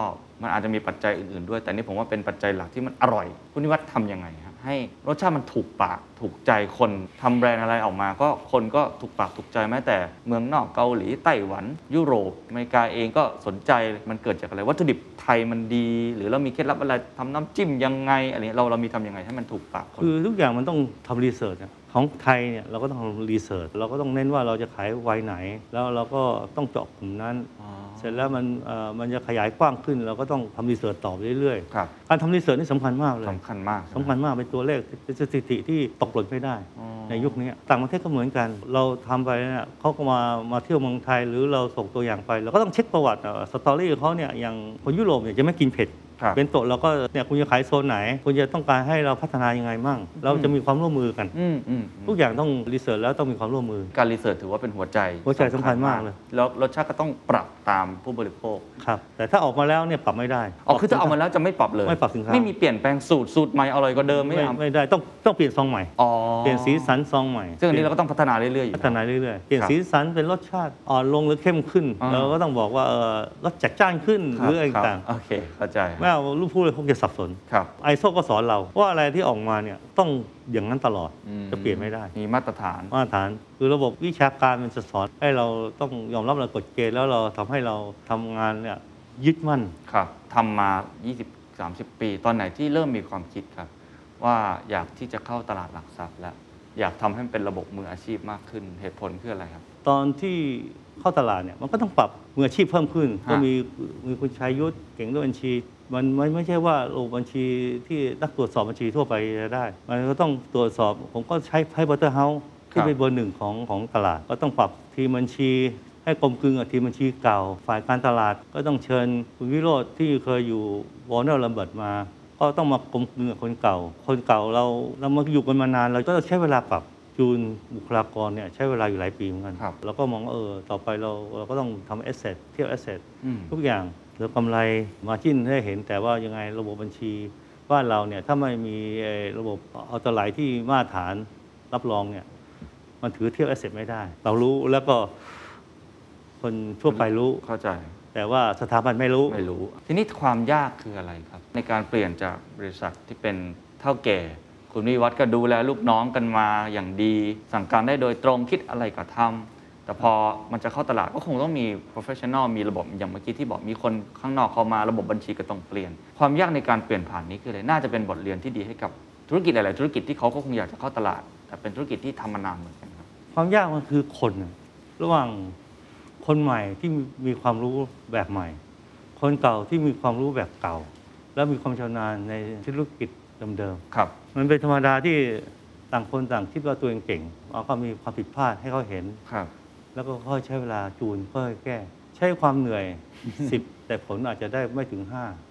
มันอาจจะมีปัจจัยอื่นๆด้วยแต่นี่ผมว่าเป็นปัจจัยหลักที่มันอร่อยคุณนิวัฒน์ทำยังไงครับให้รสชาติมันถูกปากถูกใจคนทำแบรนด์อะไรออกมาก็คนก็ถูกปากถูกใจแม้แต่เมืองนอกเกาหลีไต้หวันยุโรปอเมริกาเองก็สนใจมันเกิดจากอะไรวัตถุดิบไทยมันดีหรือเรามีเคล็ดลับอะไรทำน้ำจิ้มยังไงอะไรเรามีทำยังไงให้มันถูกปากคน
คือทุกอย่างมันต้องทำรีเสิร์ชของไทยเนี่ยเราก็ต้องทำรีเสิร์ชเราก็ต้องเน้นว่าเราจะขายวัยไหนแล้วเราก็ต้องเจาะกลุ่มนั้นเสร็จแล้วมันจะขยายกว้างขึ้นเราก็ต้องทำรีเสิร์ชต่อไปเรื่อย
ครับ
ๆการทำรีเสิร์ชนี่สำคัญมากเลย
สำคัญมาก
สำคัญมากเป็นตัวเลขเป็นสถิติที่ตกหล่นไม่ได้ ในยุคนี้ต่างประเทศก็เหมือนกัน เราทำไปเนี่ยเขาก็มาเที่ยวเมืองไทยหรือเราส่งตัวอย่างไปเราก็ต้องเช็คประวัติสตอรี่ของเขาเนี่ยอย่างคนยุโรปเนี่ยจะไม่กินเผ็ด
ครับ
เป็นโตะเราก็เนี่ยคุณจะขายโซนไหนคุณจะต้องการให้เราพัฒนายังไงมั่งเราจะมีความร่วมมือกัน ทุกอย่างต้องรีเสิร์ชแล้วต้องมีความร่วมมือ
การรีเสิร์ชถือว่าเป็นหัวใจ
สำคัญมากเลย
แล้วรสชาติก็ต้องปรับตามผู้บริโภค
ครับแต่ถ้าออกมาแล้วเนี่ยปรับไม่ได้
คือถ้าเอามาแล้วจะไม่ปรับเลย
ไม่ปรับสินค้า
ไม่มีเปลี่ยนแปลงสูตรใหม่อร่อยกว่าเดิมไม่ทำ
ไม่ได้ต้องเปลี่ยนซองใหม่
อ๋อ
เปลี่ยนสีสันซองใหม่
ซึ่งอันนี้เราก็ต้องพัฒนาเรื่อยๆอยู่
พัฒนาเรื่อยๆเปลี่ยน
ครับ
สีสันเป็นรสชาติอ่อนลงหรือเข้มขึ้น
อ่า
เราก็ต้องบอกว่ารสจัดจ้านขึ้นหรืออะไร
ครับ
ต่าง
โอเคเข้าใจ
ๆไม่เอาลูกผู้เลยพวกจะสับสน
ครับ
ไอโซก็สอนเราว่าอะไรที่ออกมาเนี่ยต้องอย่างนั้นตลอดจะเปลี่ยนไม่ได้
มีมาตรฐาน
มาตรฐานคือระบบวิชาการมันจะสอนให้เราต้องยอมรับหลักกฎเกณฑ์แล้วเราทำให้เราทำงานเนี่ยยึดมั่น
ครับทำมา 20-30 ปี ตอนไหนที่เริ่มมีความคิดครับ ว่าอยากที่จะเข้าตลาดหลักทรัพย์แล้วอยากทำให้มันเป็นระบบมืออาชีพมากขึ้นเหตุผลคืออะไรครับ
ตอนที่เข้าตลาดเนี่ยมันก็ต้องปรับมืออาชีพเพิ่มขึ้น
ฮะ
ก็มีคุณชัยยุทธเก่งด้วยบัญชีมันไม่ใช่ว่าโอ้บัญชีที่นักตรวจสอบบัญชีทั่วไปจะได้ มันก็ต้องตรวจสอบผมก็ใช้ไพรเวอร์เฮาส์ที่เป็นเบอร์หนึ่งของตลาด ก็ต้องปรับทีมบัญชีให้กลมกลืนกับทีมบัญชีเก่า ฝ่ายการตลาดก็ต้องเชิญคุณวิโรจน์ที่เคยอยู่วอร์เนอร์ลัมเบิร์ตมา ก็ต้องมากลมกลืนกับคนเก่าเรามาอยู่กันมานานเราก็ใช้เวลาปรับจูนบุคลากรเนี่ยใช้เวลาอยู่หลายปีเหมือนกัน
ครับ
เราก็มองว่าต่อไปเราก็ต้องทำแอสเซทเทียบแอสเซท
อืม
ทุกอย่างเหลือกำไรมาจิ้นให้เห็นแต่ว่ายังไงระบบบัญชีบ้านเราเนี่ยถ้าไม่มีระบบเอาตะไหลที่มาตรฐานรับรองเนี่ยมันถือเทียบแอสเซทไม่ได้ เรารู้แล้วก็คนทั่วไปรู้
เข้าใจ
แต่ว่าสถาบันไม่รู้
ไม่รู้ ทีนี้ความยากคืออะไรครับ ในการเปลี่ยนจากบริษัทที่เป็นเท่าแก่ คุณวิวัฒน์ก็ดูแลลูกน้องกันมาอย่างดี สั่งการได้โดยตรงคิดอะไรก็ทำแต่พอมันจะเข้าตลาดก็คงต้องมี professional มีระบบอย่างเมื่อกี้ที่บอกมีคนข้างนอกเข้ามาระบบบัญชีก็ต้องเปลี่ยน ความยากในการเปลี่ยนผ่านนี้คืออะไรน่าจะเป็นบทเรียนที่ดีให้กับธุรกิจหลายๆธุรกิจที่เขาก็คงอยากจะเข้าตลาด แต่เป็นธุรกิจที่ทำมานานเหมือนกันครับ
ความยากมันคือคนระหว่างคนใหม่ที่มีความรู้แบบใหม่ คนเก่าที่มีความรู้แบบเก่า แล้วมีความชำนาญในธุรกิจเดิม
ครับ
ๆมันเป็นธรรมดาที่ต่างคนต่างคิดว่าตัวเองเก่งเราก็มีความผิดพลาดให้เขาเห็น
ครับ
แล้วก็ค่อยใช้เวลาจูนค่อยแก้ ใช้ความเหนื่อย 10 แต่ผลอาจจะได้ไม่ถึง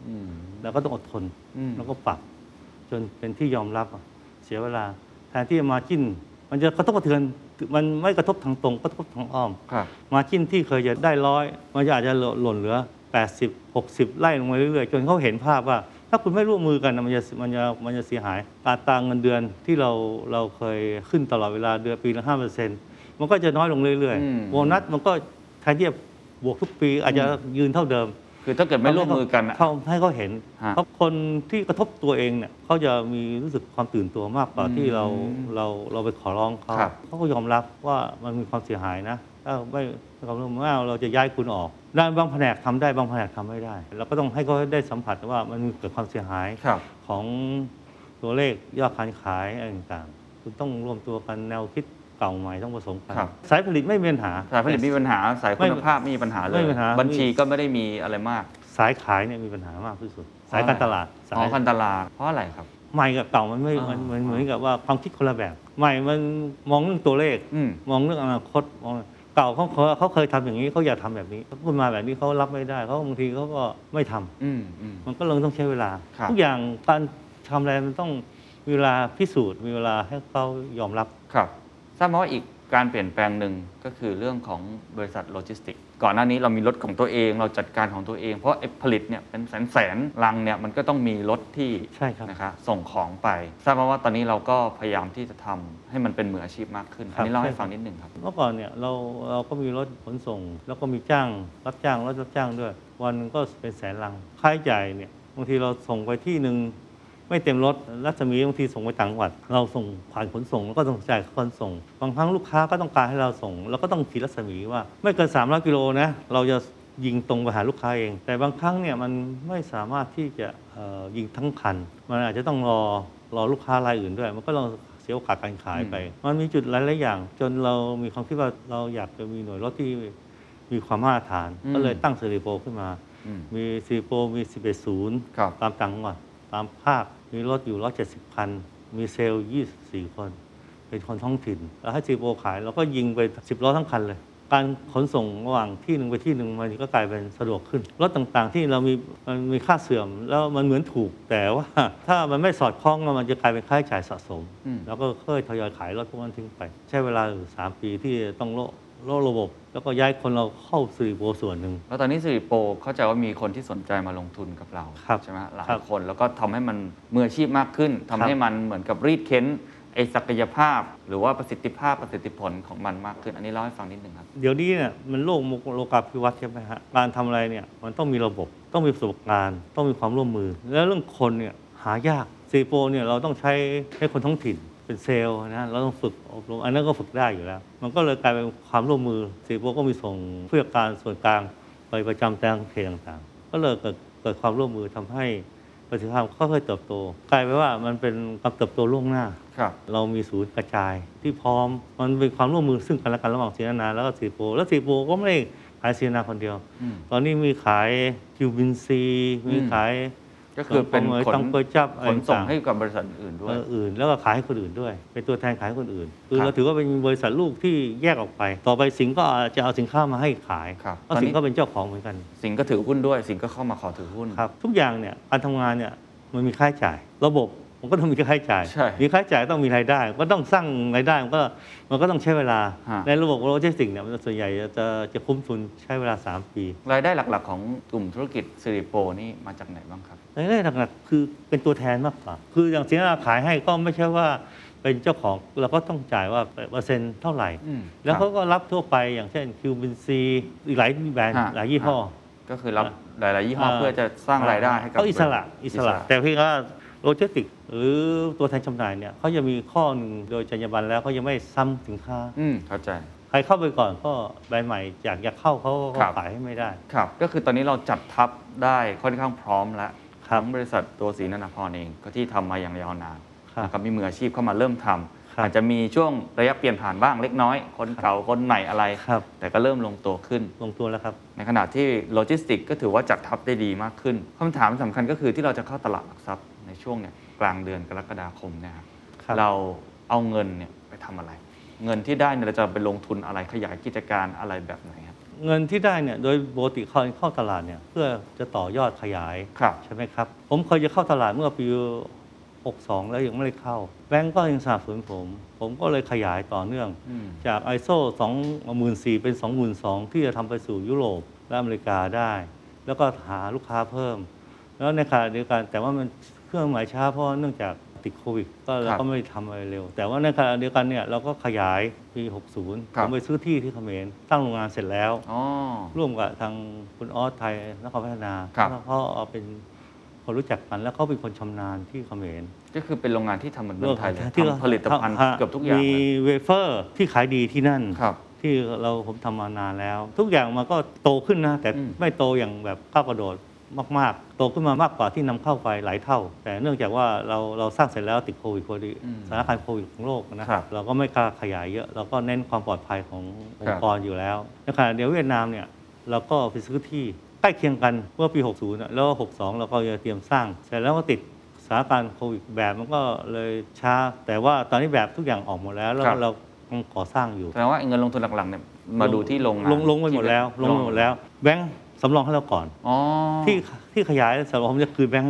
5 แล้วก็ต้องอดทน แล้วก็ปรับ จนเป็นที่ยอมรับเสียเวลาแทนที่จะมาจิ้น มันจะกระทบกระเทือนมันไม่กระทบทางตรงกระทบทางอ้อม
ครับ
มาจิ้นที่เคยจะได้100มันจะอาจจะหล่นเหลือ 80 60 ไล่ลงมาเรื่อยๆ จนเขาเห็นภาพว่า ถ้าคุณไม่ร่วมมือกันมันจะเสียหายอัตราเงินเดือนที่เราเคยขึ้นตลอดเวลาเดือนปีละ 5%มันก็จะน้อยลงเรื่อยๆโบนัสมันก็แทนที่จะบวกทุกปีอาจจะยืนเท่าเดิม
คือถ้าเกิดไม่ร่วมมือกันอะ
ให้เขาเห็น
ฮะ
เพราะคนที่กระทบตัวเองเนี่ยเขาจะมีรู้สึกความตื่นตัวมากกว่าที่เราไปขอร้องเขา
ครับ
เขาก็ยอมรับว่ามันมีความเสียหายนะถ้าไม่ความร่วมมือเราจะย้ายคุณออกด้านบางแผนกทำได้บางแผนกทำไม่ได้เราก็ต้องให้เขาได้สัมผัสว่ามันมีเกิดความเสียหาย
ครับ
ของตัวเลขยอดการขายอะไรต่างๆคุณต้องรวมตัวกันแนวคิดเก่าใหม่ต้องผสมกัน
ครับ
สายผลิตไม่มีปัญหา
สายผลิตมีปัญหาสายคุณภาพไม่มีปัญหาเลย
ไม่มีปัญหา
บัญชีก็ไม่ได้มีอะไรมาก
สายขายเนี่ยมีปัญหามากที่สุด สายการตลาดสา
อ๋อย การตลาดเพราะอะไรครับ
ใหม่กับเก่ามันไม่
อ่า
มันเหมือนกับว่าความคิดคนละแบบ ใหม่มันมองเรื่องตัวเลข
อืม
มองเรื่องอนาคตมองเก่าเขาเคยทำอย่างนี้เขาอยากทำแบบนี้พูดมาแบบนี้เขารับไม่ได้เขาบางทีเขาก็ไม่ทำ
อืมอืม
มันก็เลยต้องใช้เวลา
ครับ
ทุกอย่างการทำอะไรมันต้องมีเวลาพิสูจน์มีเวลาให้เขายอมรับ
ครับทราบมาว่าอีกการเปลี่ยนแปลงหนึ่งก็คือเรื่องของบริษัทโลจิสติกส์ก่อนหน้านี้เรามีรถของตัวเองเราจัดการของตัวเองเพราะผลิตเนี่ยเป็นแสนลังเนี่ยมันก็ต้องมีรถที่
ใช่ครับ
นะครับส่งของไปทราบมาว่าตอนนี้เราก็พยายามที่จะทำให้มันเป็นมืออาชีพมากขึ้นอันนี้เล่าให้ฟังนิดนึงครับ
เมื่อก่อนเนี่ยเราก็มีรถขนส่ง แล้วก็มีจ้างรับจ้างรถรับจ้างด้วย วันหนึงก็เป็นแสนลังค่าใช้จ่ายเนี่ยบางทีเราส่งไปที่หนึ่งไม่เต็มรถรัศมีบางทีส่งไปต่างจังหวัดเราส่งผ่านขนส่งแล้วก็ต้องจ่ายค่าขนส่งบางครั้งลูกค้าก็ต้องการให้เราส่งเราก็ต้องขีดรัศมีว่าไม่เกิน300 กิโลนะเราจะยิงตรงไปหาลูกค้าเอง แต่บางครั้งเนี่ยมันไม่สามารถที่จะยิงทั้งคันมันอาจจะต้องรอลูกค้ารายอื่นด้วยมันก็ต้องเสียโอกาสการขายไปมันมีจุดหลายๆอย่างจนเรามีความคิดว่าเราอยากจะมีหน่วยรถที่มีความมาตรฐานก็เลยตั้งสิริโปรขึ้นมามีสิริโปรมี11 ศูนย์ตามต่างจังหวัดตามภาคมีรถอยู่170 คันมีเซลล์24 คนเป็นคนท้องถิ่นแล้วให้สิริโปรขายเราก็ยิงไป10 ล้อทั้งคันเลยการขนส่งระหว่างที่หนึ่งไปที่หนึ่งมันก็กลายเป็นสะดวกขึ้นรถต่างๆที่มันมีค่าเสื่อมแล้วมันเหมือนถูกแต่ว่าถ้ามันไม่สอดคล้องมันจะกลายเป็นค่าใช้จ่ายสะสมแล้วก็ค่อยทยอยขายรถพวกนั้นทิ้งไปใช้เวลาอยู่3 ปีที่ต้องโละระบบแล้วก็ย้ายคนเราเข้าสิริโปรส่วนหนึ่ง
แล้วตอนนี้สิริโปรเข้าใจว่ามีคนที่สนใจมาลงทุนกับเราใช่ไหมหลายคนแล้วก็ทำให้มันมืออาชีพมากขึ้นทำให้มันเหมือนกับรีดเค้นไอ้ศักยภาพหรือว่าประสิทธิผลของมันมากขึ้นอันนี้เล่าให้ฟังนิดนึงครับ
เดี๋ยวนี้เนี่ยมันโลกาภิวัตน์ใช่ไหมฮะการทำอะไรเนี่ยมันต้องมีระบบต้องมีประสบการณ์ต้องมีความร่วมมือแล้วเรื่องคนเนี่ยหายากสิริโปรเนี่ยเราต้องใช้คนท้องถิ่นเป็นเซลล์นะเราต้องฝึกอบรมอันนั้นก็ฝึกได้อยู่แล้วมันก็เลยกลายเป็นความร่วมมือสิริโปรก็มีส่งผู้จัดการส่วนกลางไปประจำแต่ละเขตต่างๆก็เลยเกิดความร่วมมือทำให้ประสิทธิภาพค่อยๆเติบโตกลายเป็นว่ามันเป็นการเติบโตล่วงหน้าเรามีศูนย์กระจายที่พร้อมมันเป็นความร่วมมือซึ่งกันและกันระหว่างศรีนาแล้วก็สิริโปรแล้วสิริโปรก็ไม่ได้ขายศรีนาคนเดียวตอนนี้มีขายคิวบินซีมีขาย
ก็คือเป็นขนส่งให้กับบริษัทอื่นด้วย
อื่นแล้วก็ขายให้คนอื่นด้วยเป็นตัวแทนขายให้คนอื่นคือเราถือว่าเป็นบริษัทลูกที่แยกออกไปต่อไปสิงห์ก็จะเอาสินค้ามาให้ขายเพราะสิงห์ก็เป็นเจ้าของเหมือนกัน
สิงห์ก็ถือหุ้นด้วยสิงห์ก็เข้ามาขอถือหุ้น
ครับทุกอย่างเนี่ยการทำงานเนี่ยมันมีค่าใช้จ่ายระบบมันก็ต้องมีค่าใช้จ่ายมีค่าใช้จ่ายต้องมีรายได้ก็ต้องสร้างรายได้มันก็ต้องใช้เวลาในระบบโลจิสติกส์เนี่ยมันส่วนใหญ่จะคุ้มทุนใช้เวลา3 ปี
รายได้หลักๆของกลุ่มธุรกิจสิริโปรนี่มาจากไหนบ้างครับ
รายได้หลักๆคือเป็นตัวแทนมากกว่าคืออย่างสินค้าขายให้ก็ไม่ใช่ว่าเป็นเจ้าของเราก็ต้องจ่ายว่าเปอร์เซ็นต์เท่าไหร่แล้วเขาก็รับทั่วไปอย่างเช่นคิวบินซีอีกหลายแบรนด์หลายยี่ห้อ
ก็คือรับหลายๆยี่ห้อเพื่อจะสร้างรายได้ให้กับ
เขาอิสระแต่พี่ก็โลจิสติกหรือตัวแทนจำหน่ายเนี่ยเขาจะมีข้อหนึ่งโดยจรรยาบรรณแล้วเขายังไม่ซ้ำสินค้า
เข้าใจ
ใครเข้าไปก่อนก็แบรนด์ใหม่อยากเข้าเขาก็ขายให้ไม่ได้
ครับก็คือตอนนี้เราจัดทัพได้ค่อนข้างพร้อมแล้วทั้งบริษัทตัวศรีนนพรเองก็ที่ทำมาอย่างยาวนานนะครับมีมืออาชีพเข้ามาเริ่มทำอาจจะมีช่วงระยะเปลี่ยนผ่านบ้างเล็กน้อยคนเก่าคนใหม่อะไรแต่ก็เริ่มลงตัวขึ้น
ลงตัวแล้วครับ
ในขณะที่โลจิสติกก็ถือว่าจัดทัพได้ดีมากขึ้นคำถามสำคัญก็คือที่เราจะเข้าตลาดหลักทรัพย์ในช่วงเนี่ยกลางเดือนกรกฎาคมนะครับเราเอาเงินเนี่ยไปทำอะไรเงินที่ได้เนี่ยเราจะไปลงทุนอะไรขยายกิจการอะไรแบบไหนครับ
เงินที่ได้เนี่ยโดยปกติเข้าตลาดเนี่ยเพื่อจะต่อยอดขยายใช่ไหมครับผมเคยจะเข้าตลาดเมื่อปี62แล้วยังไม่ได้เข้าแบงก์ก็ยังสนับสนุนผมก็เลยขยายต่อเนื่องจาก ISO 24,000 เป็น 22,000 ที่จะทำไปสู่ยุโรปและอเมริกาได้แล้วก็หาลูกค้าเพิ่มแล้วในขณะเดียวกันแต่ว่ามันเครื่องหมายช้าเพราะเนื่องจากติดโควิดก็เราก็ไม่ทำอะไรเร็วแต่ว่าในขณะเดียวกันเนี่ยเราก็ขยายปี60ผมไปซื้อที่เขมรตั้งโรงงานเสร็จแล้วร่วมกับทางคุณออสไทยนครพัฒนาเขาเอาเป็นคนรู้จักกันแล้วเขาเป็นคนชำนาญที่เขมร
ก็คือเป็นโรงงานที่ทำเหมือนเมืองไทยเลยทำผลิตภัณฑ์เกือบทุกอย่าง
มีเวเฟอร์ที่ขายดีที่นั่นที่ผมทำมานานแล้วทุกอย่างมันก็โตขึ้นนะแต่ไม่โตอย่างแบบก้าวกระโดดมากๆโตขึ้นมามากกว่าที่นำเข้าไปหลายเท่าแต่เนื่องจากว่าเราสร้างเสร็จแล้วติดโควิดพอดีสถานการณ์โควิดของโลกนะครับเราก็ไม่กล้าขยายเยอะเราก็เน้นความปลอดภัยขององค์กรอยู่แล้วในขณะเดียวกันเวียดนามเนี่ยเราก็ไปซื้อที่ใกล้เคียงกันเมื่อปี60แล้ว62เราก็จะเตรียมสร้างเสร็จแล้วก็ติดสถานการณ์โควิดแบบมันก็เลยช้าแต่ว่าตอนนี้แบบทุกอย่างออกหมดแล้วแล้วเราก่อสร้างอยู่
แปลว่าเงินลงทุนหลักๆเนี่ยมาดูที่โรงงาน
ลงไปหมดแล้วแบงค์สำรองให้เราก่อนที่ขยายสำรองผมจะคืนแบงค์ให้หมด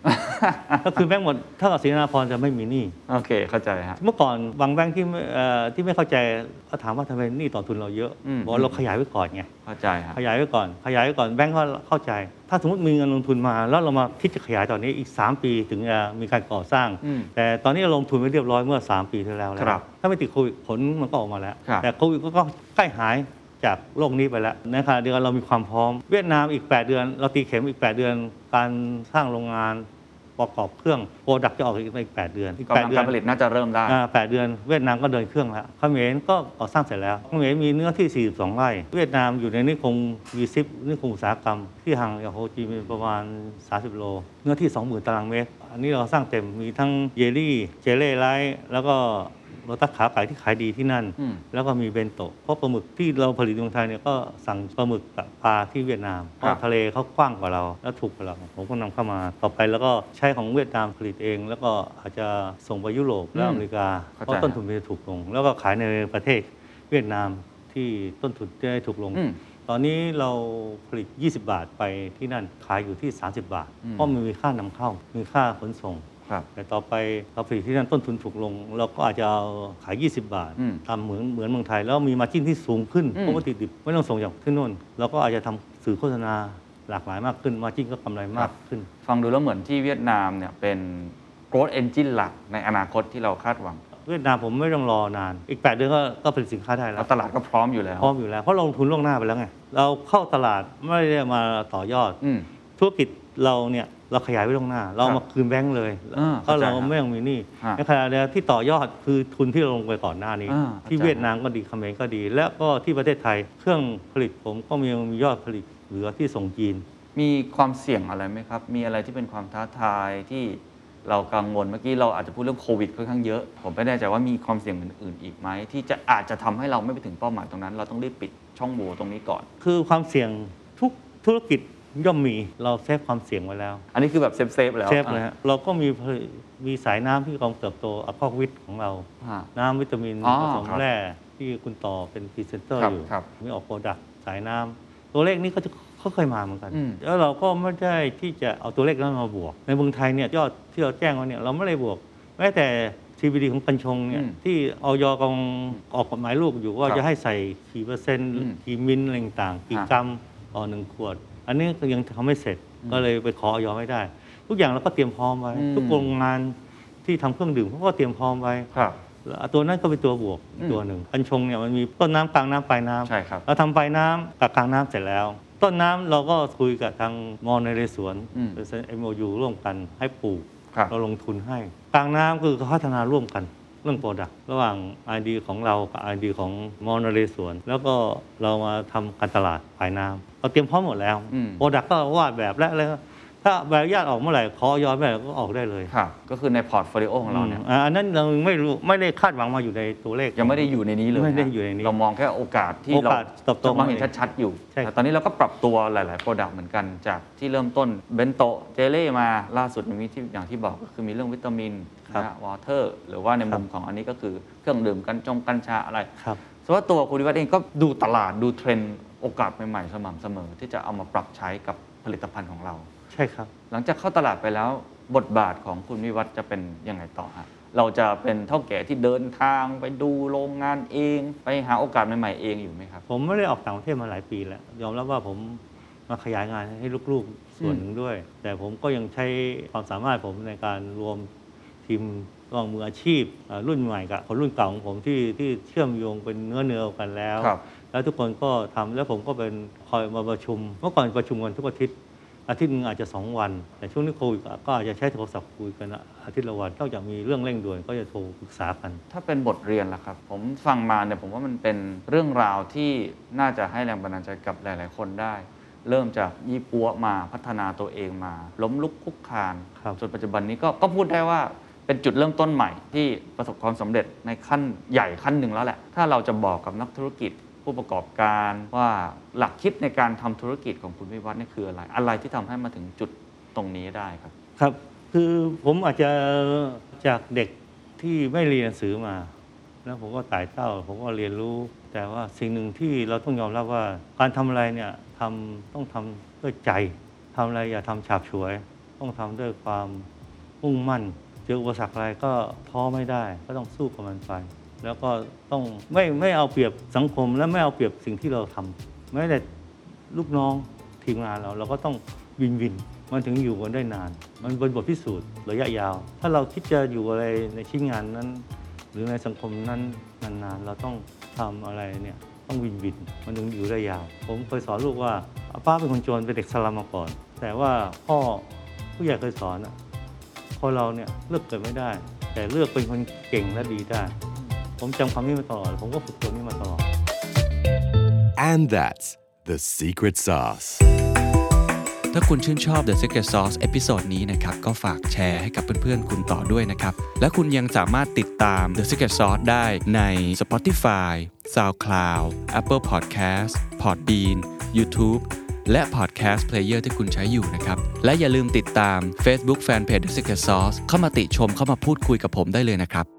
ก็คือแบงก์หมดเท่ากับศรีนครจะไม่มีหนี้
โอเคเข้าใจฮะ
เมื่อก่อนบางแบงก์ที่ไม่เข้าใจก็ถามว่าทำไมหนี้ต่อทุนเราเยอะ บอกว่าเราขยายไว้ก่อนไง
เข้าใจฮะ
ขยายไว้ก่อนแบงก์ก็เข้าใจ ถ้าสมมติมีเงินลงทุนมาแล้วเรามาคิดจะขยายตอนนี้อีก3ปีถึงจะมีการก่อสร้าง แต่ตอนนี้เราลงทุนไว้เรียบร้อยเมื่อ3ปีที่แล้ว
ครับ
ถ้าไม่ติดโควิดผลมันก็ออกมาแล้ว
ครับ
แต่โควิดก็ใกล้หายจากโลกนี้ไปแล้วในขณะเดียวกันเรามีความพร้อมเวียดนามอีก8เดือนเราตีเข็มอีก8เดือนการสร้างโรงงานประกอบเครื่องโปรดักต์จะออกอีก8เดือนอีก
กำลั
8
ง
เดือ
กาน รผลิตน่าจะเริ่มได้
8 เดือนเวียดนามก็เดินเครื่องแล้วเขมรก็ก่อสร้างเสร็จแล้วเขมรมีเนื้อที่ 42 ไร่เวียดนามอยู่ในนิคมV10นิคมอุตสาหกรรมที่ห่างจากโฮจิมินห์ประมาณ30 โลเนื้อที่ 20,000 ตารางเมตรอันนี้เราสร้างเต็มมีทั้งเยลลี่เจเล่ไลท์แล้วก็โรตัสขาไก่ที่ขายดีที่นั่น แล้วก็มีเบนโตะเพราะปลาหมึกที่เราผลิตในเมืองไทยเนี่ยก็สั่งปลาหมึกกับปลาที่เวียดนามเพราะทะเลเขากว้างกว่าเราแล้วถูกกว่าเราผมก็นำเข้ามาต่อไปแล้วก็ใช้ของเวียดนามผลิตเอง แล้วก็อาจจะส่งไปยุโรปและอเมริกาเพราะต้นทุนมันจะถูกลง แล้วก็ขายในประเทศเวียดนามที่ต้นทุนจะได้ถูกลง ตอนนี้เราผลิต20 บาทไปที่นั่นขายอยู่ที่30 บาทเพราะมันมีค่านำเข้ามีค่าขนส่ง แต่ต่อไปเราผลิตที่นั่นต้นทุนถูกลงเราก็อาจจะเอาขาย20 บาททำเหมือนเมืองไทยแล้วมีมาร์จิ้นที่สูงขึ้นเพราะวัตถุดิบไม่ต้องส่งจากที่นู่นเราก็อาจจะทำสื่อโฆษณาหลากหลายมากขึ้นมาร์จิ้นก็กำไรมากขึ้น
ฟังดูแล้วเหมือนที่เวียดนามเนี่ยเป็น growth engine หลักในอนาคตที่เราคาดหวัง
เวียดนามผมไม่ต้องรอนานอีก8 เดือนก็ผลิตสินค้าได้แล้
แล้ว วตลาดก็พร้อมอยู่แล้ว
พร้อมอยู่แล้วเพราะลงทุนล่วงหน้าไปแล้วไงเราเข้าตลาดไม่ได้มาต่อยอดธุรกิจเราเนี่ยเราขยายไว้ล่วงหน้า เรามาคืนแบงก์เลยเพราะเราไม่ต้องมีหนี้ในขณะเดียวกันที่ต่อยอดคือทุนที่เราลงไปก่อนหน้านี้ ที่เวียดนามก็ดีเขมรก็ดี และก็ที่ประเทศไทยเครื่องผลิตผมก็มียอดผลิตเหลือที่ส่งจีน
มีความเสี่ยงอะไรไหมครับมีอะไรที่เป็นความท้าทายที่เรากังวลเมื่อกี้เราอาจจะพูดเรื่องโควิดค่อนข้างเยอะผมไม่แน่ใจว่ามีความเสี่ยงอื่นๆอีกไหมที่จะอาจจะทำให้เราไม่ไปถึงเป้าหมายตรงนั้น เราต้องรีบปิดช่องโหว่ตรงนี้ก่อน
คือความเสี่ยงทุกธุรกิจย่อมมีเราเซฟความเสี่ยงไว้แล้ว
อันนี้คือแบบเซฟแล้ว
เซฟเลยฮะเราก็มีสายน้ำที่กองเติบโตอะควาวิทของเรา น้ำวิตามินผสมแร่ที่คุณต่อเป็นพรีเซนเตอร์อยู่มีออกโปรดักต์สายน้ำตัวเลขนี้ก็จะเคยมาเหมือนกันแล้วเราก็ไม่ได้ที่จะเอาตัวเลขนั้นมาบวกในเมืองไทยเนี่ยยอดที่เราแจ้งว่าเนี่ยเราไม่ได้บวกแม้แต่ CBD ของกัญชงเนี่ยที่อย.กองออกกฎหมายลูกอยู่ว่าจะให้ใส่กี่เปอร์เซ็นต์กี่มิลอะไรต่างๆกี่กรัมต่อ1 ขวดอันนี้ยังทำไม่เสร็จก็เลยไปขออย.ไม่ได้ทุกอย่างเราก็เตรียมพร้อมไว้ทุกโรงงานที่ทำเครื่องดื่มเขาก็เตรียมพร้อมไว้ตัวนั้นก็เป็นตัวบวกตัวหนึ่งกัญชงเนี่ยมันมีต้นน้ำกลางน้ำปลายน้ำ
ใช่ครับ
เราทำปลายน้ำกับกลางน้ำเสร็จแล้วต้นน้ำเราก็คุยกับทางมอญนเรศวรเป็น MOU ร่วมกันให้ปลูกเราลงทุนให้กลางน้ำคือพัฒนาร่วมกันเรื่องโปรดักต์ระหว่าง R&D ของเรากับ R&D ของมอญนเรศวรแล้วก็เรามาทำการตลาดปลายน้ำเราเตรียมพร้อมหมดแล้วโปรดักต์ก็วาดแบบและอะไรถ้าใบอนุญาตออกเมื่อไหร่ขอย้อนไปก็ออกได้เลย
ครับก็คือในพอร์ตโฟลิโอของเราเนี่ย
อันนั้นเราไม่ได้คาดหวังมาอยู่ในตัวเลข
ยังไม่ได้อยู่ในนี้เลย
ไม่ได้อยู่ในนี้
เรามองแค่โอกาสที่
โอ
เรา
กาสเติบโต
จะมองเห็นชัดๆอยู่
ใช่
แต่ตอนนี้เราก็ปรับตัวหลายๆโปรดักต์เหมือนกันจากที่เริ่มต้นเบนโตะเจเล่มาล่าสุดมีที่อย่างที่บอกก็คือมีเรื่องวิตามินวอเตอร์หรือว่าในมุมของอันนี้ก็คือเครื่องดื่มกัญชาอะไร
ครับ
เพราะว่าตัวคุณวิวัฒน์เองก็ดูตลาดดูเทรนด์โอกาสใหม่ๆสม่ำเสมอที่จะเอามาปรับใช้กับผลิตภัณฑ์ของเรา
ใช่ครับ
หลังจากเข้าตลาดไปแล้วบทบาทของคุณวิวัฒน์จะเป็นยังไงต่อฮะเราจะเป็นเท่าแก่ที่เดินทางไปดูโรงงานเองไปหาโอกาสใหม่ๆเองอยู่ไหมครับ
ผมไม่ได้ออกต่างประเทศมาหลายปีแล้วยอมรับว่าผมมาขยายงานให้ลูกๆส่วนหนึ่งด้วย แต่ผมก็ยังใช้ความสามารถผมในการรวมทีมระหว่างมืออาชีพรุ่นใหม่กับคนรุ่นเก่าของผมที่เชื่อมโยงเป็นเนื้อกันแล้ว แล้วทุกคนก็ทำแล้วผมก็เป็นคอยมาประชุมเมื่อก่อนประชุมกันทุกอาทิตย์หนึ่งอาจจะ2 วันแต่ช่วงนี้โควิดก็อาจจะใช้โทรศัพท์คุยกันอาทิตย์ละวันนอกจากมีเรื่องเร่งด่วนก็จะโทรปรึกษากัน
ถ้าเป็นบทเรียนล่ะครับผมฟังมาเนี่ยผมว่ามันเป็นเรื่องราวที่น่าจะให้แรงบันดาลใจกับหลายๆคนได้ เริ่มจากยี่ปัวมาพัฒนาตัวเองมาล้มลุกคลุกคลานจนปัจจุบันนี้ก็พูดได้ว่าเป็นจุดเริ่มต้นใหม่ที่ประสบความสำเร็จในขั้นใหญ่ขั้นหนึ่งแล้วแหละถ้าเราจะบอกกับนักธุรกิจผู้ประกอบการว่าหลักคิดในการทำธุรกิจของคุณวิวัฒน์นี่คืออะไรที่ทำให้มาถึงจุดตรงนี้ได้ครับ
ครับคือผมอาจจะจากเด็กที่ไม่เรียนหนังสือมาแล้วผมก็ไต่เต้าผมก็เรียนรู้แต่ว่าสิ่งหนึ่งที่เราต้องยอมรับว่าการทำอะไรเนี่ยต้องทำด้วยใจทำอะไรอย่าทำฉาบฉวยต้องต้องทำด้วยความมุ่งมั่นเจออุปสรรคอะไรก็ท้อไม่ได้ก็ต้องสู้กับมันไปแล้วก็ต้องไม่เอาเปรียบสังคมและไม่เอาเปรียบสิ่งที่เราทำแม้แต่ลูกน้องทีมงานเราก็ต้องวินมันถึงอยู่กันได้นานมันเป็นบทพิสูจน์ระยะยาวถ้าเราคิดจะอยู่อะไรในชิ้นงานนั้นหรือในสังคมนั้นนานๆเราต้องทำอะไรเนี่ยต้องวินมันถึงอยู่ได้ยาวผมเคยสอนลูกว่าป้าเป็นคนจนเป็นเด็กสลัมมาก่อนแต่ว่าพ่อผู้ใหญ่เคยสอนคนเราเนี่ยเลือกเกิดไม่ได้แต่เลือกเป็นคนเก่งและดีได้ผมจำคำนี้มาตลอดผมก็ฝึกตัวนี้มาตลอด
And that's the secret sauce.
ถ้าคุณชื่นชอบ The Secret Sauce เอพิโซดนี้นะครับก็ฝากแชร์ให้กับเพื่อนๆคุณต่อด้วยนะครับและคุณยังสามารถติดตาม The Secret Sauce ได้ใน Spotify, SoundCloud, Apple Podcast, Podbean, YouTube และ Podcast Player ที่คุณใช้อยู่นะครับและอย่าลืมติดตาม Facebook Fanpage The Secret Sauce เข้ามาติชมเข้ามาพูดคุยกับผมได้เลยนะครับ